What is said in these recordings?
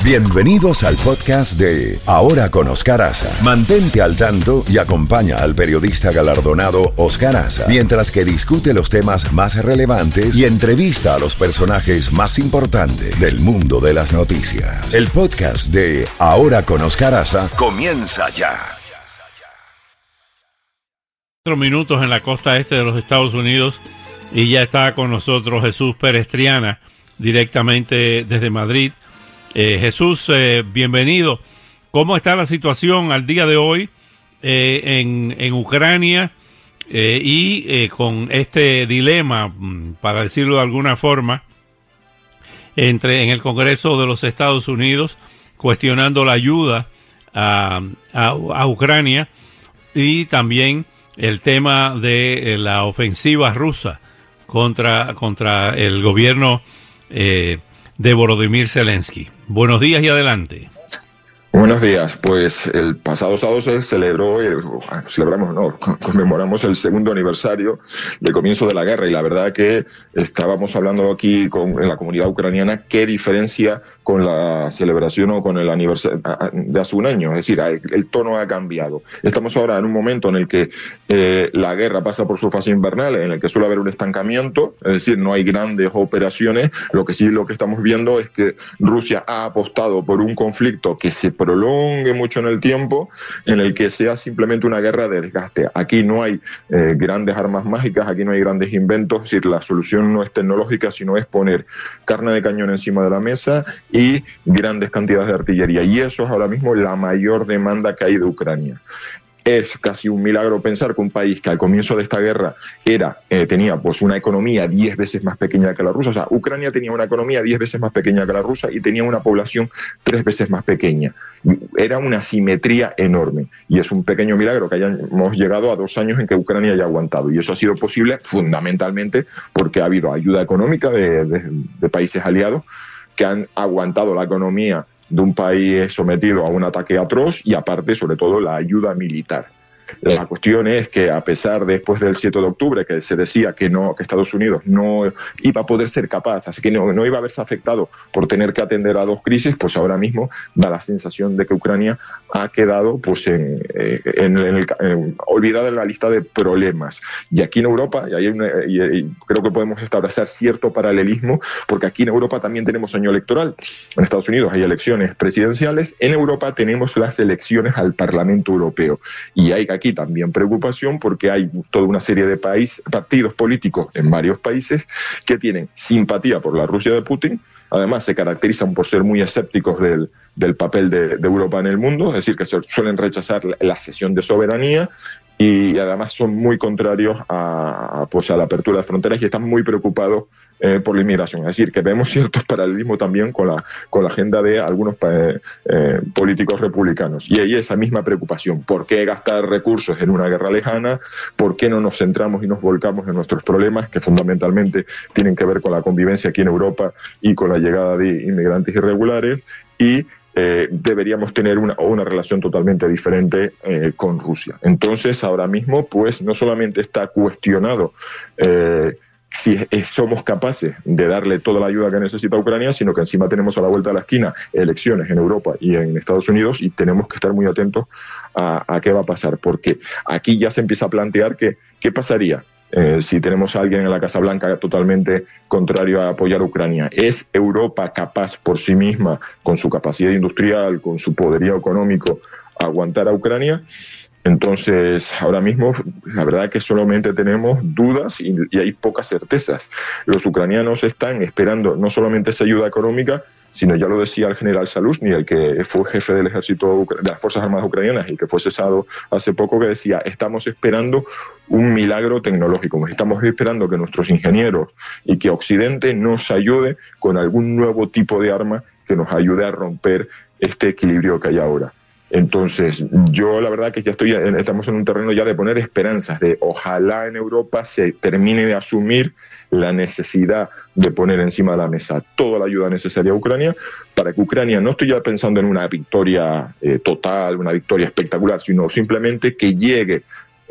Bienvenidos al podcast de Ahora con Oscar Aza. Mantente al tanto y acompaña al periodista galardonado Oscar Aza mientras que discute los temas más relevantes y entrevista a los personajes más importantes del mundo de las noticias. El podcast de Ahora con Oscar Aza comienza ya. 4 minutos en la costa este de los Estados Unidos y ya está con nosotros Jesús Pérez Triana directamente desde Madrid. Jesús, bienvenido. ¿Cómo está la situación al día de hoy en Ucrania y con este dilema, para decirlo de alguna forma, en el Congreso de los Estados Unidos cuestionando la ayuda a Ucrania y también el tema de la ofensiva rusa contra el gobierno de Volodymyr Zelensky? Buenos días y adelante. Buenos días. Pues el pasado sábado se conmemoramos el segundo aniversario del comienzo de la guerra, y la verdad que estábamos hablando aquí en la comunidad ucraniana qué diferencia con la celebración o con el aniversario de hace un año. Es decir, el tono ha cambiado. Estamos ahora en un momento en el que la guerra pasa por su fase invernal, en el que suele haber un estancamiento, es decir, no hay grandes operaciones. Lo que estamos viendo es que Rusia ha apostado por un conflicto que se prolongue mucho en el tiempo, en el que sea simplemente una guerra de desgaste. Aquí no hay grandes armas mágicas, aquí no hay grandes inventos. Es decir, la solución no es tecnológica, sino es poner carne de cañón encima de la mesa y grandes cantidades de artillería. Y eso es ahora mismo la mayor demanda que hay de Ucrania. Es casi un milagro pensar que un país que al comienzo de esta guerra tenía pues una economía 10 veces más pequeña que la rusa. O sea, Ucrania tenía una economía 10 veces más pequeña que la rusa y tenía una población 3 veces más pequeña. Era una simetría enorme. Y es un pequeño milagro que hayamos llegado a 2 años en que Ucrania haya aguantado. Y eso ha sido posible fundamentalmente porque ha habido ayuda económica de países aliados que han aguantado la economía de un país sometido a un ataque atroz, y aparte, sobre todo, la ayuda militar. La cuestión es que, a pesar después del 7 de octubre, que se decía que Estados Unidos no iba a poder ser capaz, así que no iba a verse afectado por tener que atender a 2 crisis, pues ahora mismo da la sensación de que Ucrania ha quedado pues olvidada en la lista de problemas. Y aquí en Europa, y creo que podemos establecer cierto paralelismo, porque aquí en Europa también tenemos año electoral. En Estados Unidos hay elecciones presidenciales, en Europa tenemos las elecciones al Parlamento Europeo. Y hay aquí también preocupación porque hay toda una serie de partidos políticos en varios países que tienen simpatía por la Rusia de Putin. Además, se caracterizan por ser muy escépticos del papel de Europa en el mundo, es decir, que suelen rechazar la cesión de soberanía, y además son muy contrarios a la apertura de fronteras, y están muy preocupados por la inmigración. Es decir, que vemos ciertos paralelismos también con la agenda de algunos políticos republicanos. Y hay esa misma preocupación. ¿Por qué gastar recursos en una guerra lejana? ¿Por qué no nos centramos y nos volcamos en nuestros problemas, que fundamentalmente tienen que ver con la convivencia aquí en Europa y con la llegada de inmigrantes irregulares? Y deberíamos tener una relación totalmente diferente con Rusia. Entonces, ahora mismo, pues no solamente está cuestionado si somos capaces de darle toda la ayuda que necesita Ucrania, sino que encima tenemos a la vuelta de la esquina elecciones en Europa y en Estados Unidos, y tenemos que estar muy atentos a qué va a pasar, porque aquí ya se empieza a plantear qué pasaría si tenemos a alguien en la Casa Blanca totalmente contrario a apoyar a Ucrania. ¿Es Europa capaz por sí misma, con su capacidad industrial, con su poderío económico, aguantar a Ucrania? Entonces, ahora mismo, la verdad es que solamente tenemos dudas y hay pocas certezas. Los ucranianos están esperando no solamente esa ayuda económica, sino, ya lo decía el general Zaluzhny, el que fue jefe del ejército de las Fuerzas Armadas ucranianas y que fue cesado hace poco, que decía: estamos esperando un milagro tecnológico, estamos esperando que nuestros ingenieros y que Occidente nos ayude con algún nuevo tipo de arma que nos ayude a romper este equilibrio que hay ahora. Entonces, yo la verdad que ya estamos en un terreno ya de poner esperanzas, de ojalá en Europa se termine de asumir la necesidad de poner encima de la mesa toda la ayuda necesaria a Ucrania, para que Ucrania, no estoy ya pensando en una victoria total, una victoria espectacular, sino simplemente que llegue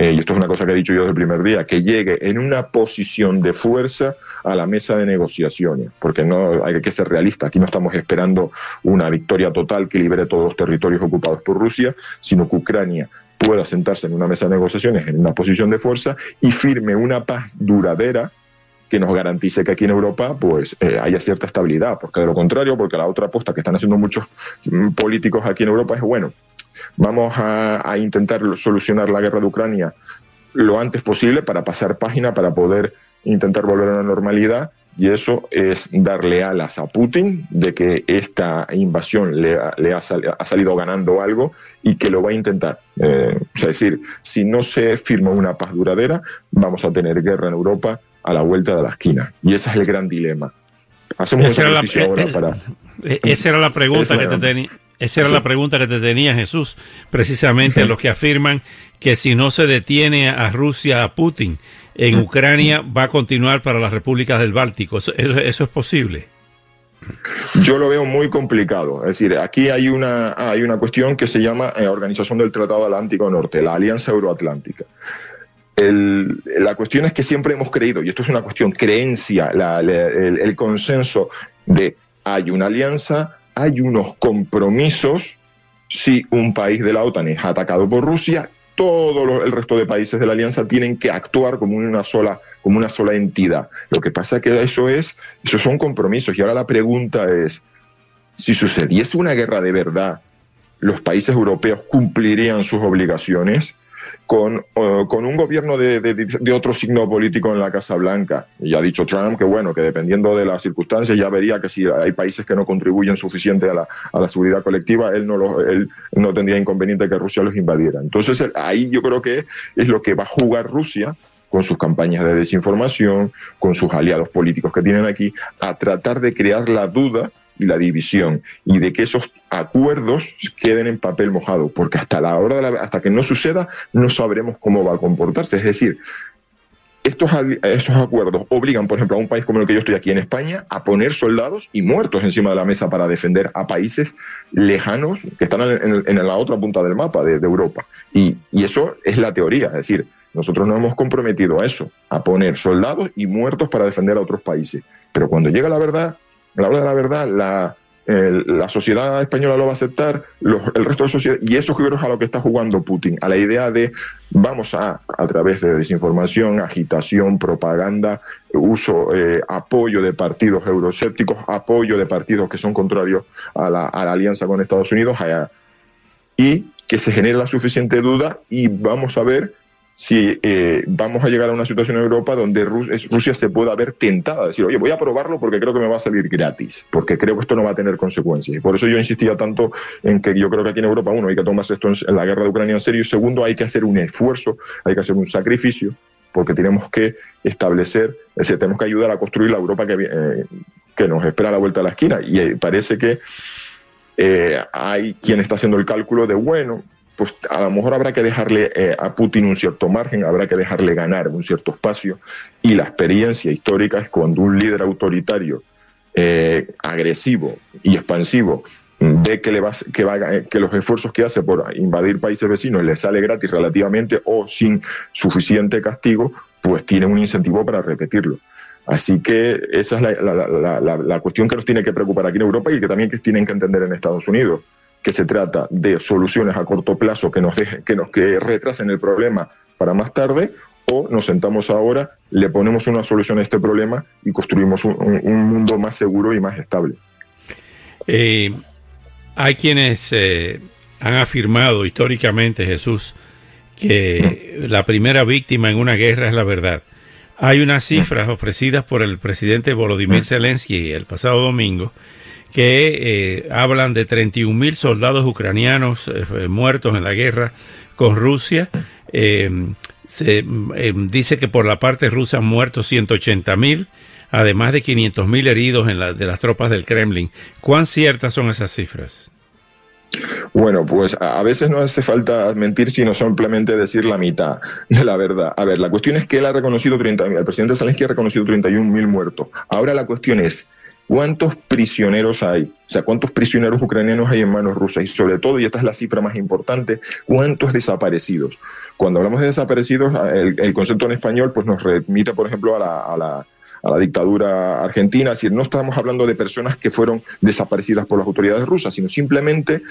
y esto es una cosa que he dicho yo desde el primer día, que llegue en una posición de fuerza a la mesa de negociaciones, porque no hay que ser realista. Aquí no estamos esperando una victoria total que libere todos los territorios ocupados por Rusia, sino que Ucrania pueda sentarse en una mesa de negociaciones en una posición de fuerza y firme una paz duradera que nos garantice que aquí en Europa pues haya cierta estabilidad, porque de lo contrario, porque la otra apuesta que están haciendo muchos políticos aquí en Europa es, bueno, vamos a intentar solucionar la guerra de Ucrania lo antes posible para pasar página, para poder intentar volver a la normalidad, y eso es darle alas a Putin de que esta invasión le ha salido ganando algo y que lo va a intentar. Es decir, si no se firma una paz duradera, vamos a tener guerra en Europa a la vuelta de la esquina. Y ese es el gran dilema. Hacemos un sacrificio ahora para... Esa era la pregunta que te tenía. Esa era la pregunta que te tenía, Jesús. Precisamente los que afirman que si no se detiene a Rusia, a Putin, en Ucrania va a continuar para las repúblicas del Báltico. ¿Eso es posible? Yo lo veo muy complicado. Es decir, aquí hay una cuestión que se llama Organización del Tratado Atlántico Norte, la Alianza Euroatlántica. La cuestión es que siempre hemos creído, y esto es una cuestión creencia, el consenso de hay una alianza, hay unos compromisos. Si un país de la OTAN es atacado por Rusia, todo el resto de países de la alianza tienen que actuar como una sola entidad. Lo que pasa es que esos son compromisos. Y ahora la pregunta es, si sucediese una guerra de verdad, ¿los países europeos cumplirían sus obligaciones? Con un gobierno de otro signo político en la Casa Blanca. Y ha dicho Trump que bueno, que dependiendo de las circunstancias ya vería que si hay países que no contribuyen suficiente a la seguridad colectiva, él no tendría inconveniente que Rusia los invadiera. Entonces ahí yo creo que es lo que va a jugar Rusia con sus campañas de desinformación, con sus aliados políticos que tienen aquí, a tratar de crear la duda y la división, y de que esos acuerdos queden en papel mojado, porque hasta que no suceda no sabremos cómo va a comportarse. Es decir, esos acuerdos obligan, por ejemplo, a un país como el que yo estoy aquí en España a poner soldados y muertos encima de la mesa para defender a países lejanos que están en la otra punta del mapa de Europa. Y eso es la teoría. Es decir, nosotros nos hemos comprometido a eso, a poner soldados y muertos para defender a otros países. Pero cuando llega la verdad, a la hora de la verdad, la sociedad española lo va a aceptar, el resto de la sociedad, y eso creo es a lo que está jugando Putin, a la idea de vamos a través de desinformación, agitación, propaganda, apoyo de partidos euroscépticos, apoyo de partidos que son contrarios a la alianza con Estados Unidos, y que se genere la suficiente duda, y vamos a ver si vamos a llegar a una situación en Europa donde Rusia se pueda ver tentada a decir, oye, voy a probarlo porque creo que me va a salir gratis, porque creo que esto no va a tener consecuencias. Y por eso yo insistía tanto en que yo creo que aquí en Europa, uno, hay que tomarse esto en la guerra de Ucrania en serio, y segundo, hay que hacer un esfuerzo, hay que hacer un sacrificio, porque tenemos que establecer, es decir, tenemos que ayudar a construir la Europa que nos espera a la vuelta de la esquina. Y parece que hay quien está haciendo el cálculo de, bueno, pues a lo mejor habrá que dejarle a Putin un cierto margen, habrá que dejarle ganar un cierto espacio, y la experiencia histórica es cuando un líder autoritario, agresivo y expansivo ve que los esfuerzos que hace por invadir países vecinos le sale gratis relativamente o sin suficiente castigo, pues tiene un incentivo para repetirlo. Así que esa es la cuestión que nos tiene que preocupar aquí en Europa, y que también tienen que entender en Estados Unidos, que se trata de soluciones a corto plazo que retrasen el problema para más tarde, o nos sentamos ahora, le ponemos una solución a este problema y construimos un mundo más seguro y más estable. Hay quienes han afirmado históricamente, Jesús, que la primera víctima en una guerra es la verdad. Hay unas cifras ofrecidas por el presidente Volodymyr Zelensky el pasado domingo que hablan de 31,000 soldados ucranianos muertos en la guerra con Rusia. Se dice que por la parte rusa han muerto 180,000, además de 500,000 heridos de las tropas del Kremlin. ¿Cuán ciertas son esas cifras? Bueno, pues a veces no hace falta mentir, sino simplemente decir la mitad de la verdad. A ver, la cuestión es que él ha reconocido el presidente Zelensky ha reconocido 31,000 muertos. Ahora la cuestión es, ¿cuántos prisioneros hay? O sea, ¿cuántos prisioneros ucranianos hay en manos rusas? Y sobre todo, y esta es la cifra más importante, ¿cuántos desaparecidos? Cuando hablamos de desaparecidos, el concepto en español pues nos remite, por ejemplo, a la dictadura argentina. Es decir, no estamos hablando de personas que fueron desaparecidas por las autoridades rusas, sino simplemente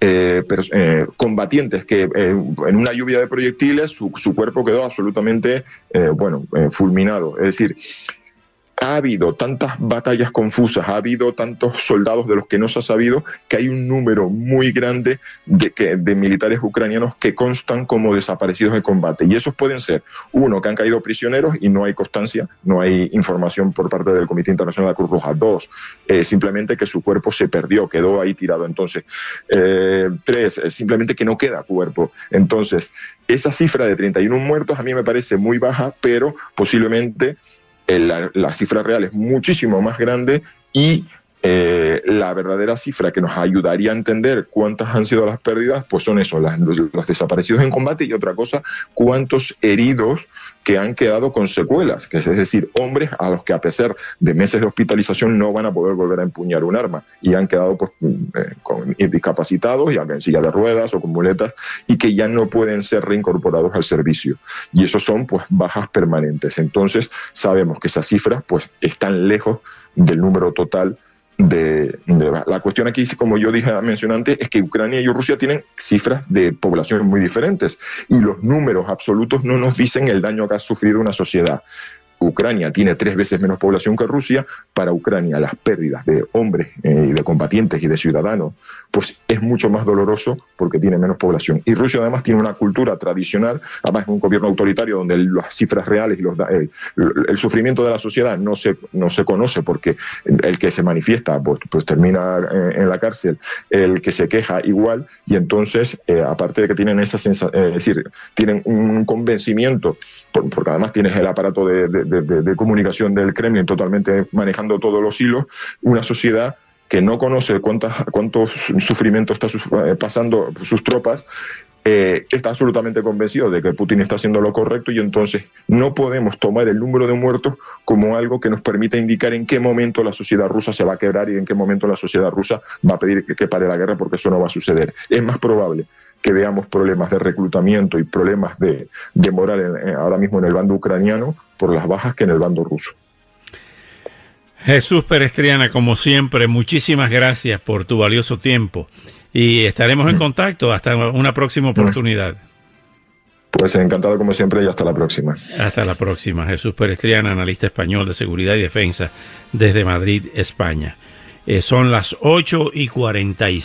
combatientes que en una lluvia de proyectiles su cuerpo quedó absolutamente fulminado. Es decir, ha habido tantas batallas confusas, ha habido tantos soldados de los que no se ha sabido, que hay un número muy grande de militares ucranianos que constan como desaparecidos de combate. Y esos pueden ser, uno, que han caído prisioneros y no hay constancia, no hay información por parte del Comité Internacional de la Cruz Roja. Dos, simplemente que su cuerpo se perdió, quedó ahí tirado. Entonces, tres, simplemente que no queda cuerpo. Entonces, esa cifra de 31 muertos a mí me parece muy baja, pero posiblemente la cifra real es muchísimo más grande y la verdadera cifra que nos ayudaría a entender cuántas han sido las pérdidas, pues son eso, los desaparecidos en combate, y otra cosa, cuántos heridos que han quedado con secuelas, que es decir, hombres a los que a pesar de meses de hospitalización no van a poder volver a empuñar un arma y han quedado pues discapacitados, ya en silla de ruedas o con muletas, y que ya no pueden ser reincorporados al servicio. Y esos son pues bajas permanentes. Entonces sabemos que esas cifras pues están lejos del número total la cuestión aquí, como yo mencioné antes, es que Ucrania y Rusia tienen cifras de población muy diferentes y los números absolutos no nos dicen el daño que ha sufrido una sociedad. Ucrania tiene 3 veces menos población que Rusia. Para Ucrania las pérdidas de hombres y de combatientes y de ciudadanos pues es mucho más doloroso porque tiene menos población. Y Rusia además tiene una cultura tradicional, además es un gobierno autoritario donde las cifras reales y el sufrimiento de la sociedad no se conoce, porque el que se manifiesta pues termina en la cárcel, el que se queja igual, y entonces aparte de que tienen esa sensación, es decir, tienen un convencimiento, porque además tienes el aparato de comunicación del Kremlin totalmente manejando todos los hilos, una sociedad que no conoce cuántos sufrimientos está pasando sus tropas, está absolutamente convencido de que Putin está haciendo lo correcto, y entonces no podemos tomar el número de muertos como algo que nos permita indicar en qué momento la sociedad rusa se va a quebrar y en qué momento la sociedad rusa va a pedir que pare la guerra, porque eso no va a suceder. Es más probable que veamos problemas de reclutamiento y problemas de moral ahora mismo en el bando ucraniano por las bajas que en el bando ruso. Jesús Perestriana, como siempre, muchísimas gracias por tu valioso tiempo y estaremos en contacto hasta una próxima oportunidad. Pues encantado como siempre y hasta la próxima. Hasta la próxima. Jesús Perestriana, analista español de seguridad y defensa desde Madrid, España. Son las 8:46.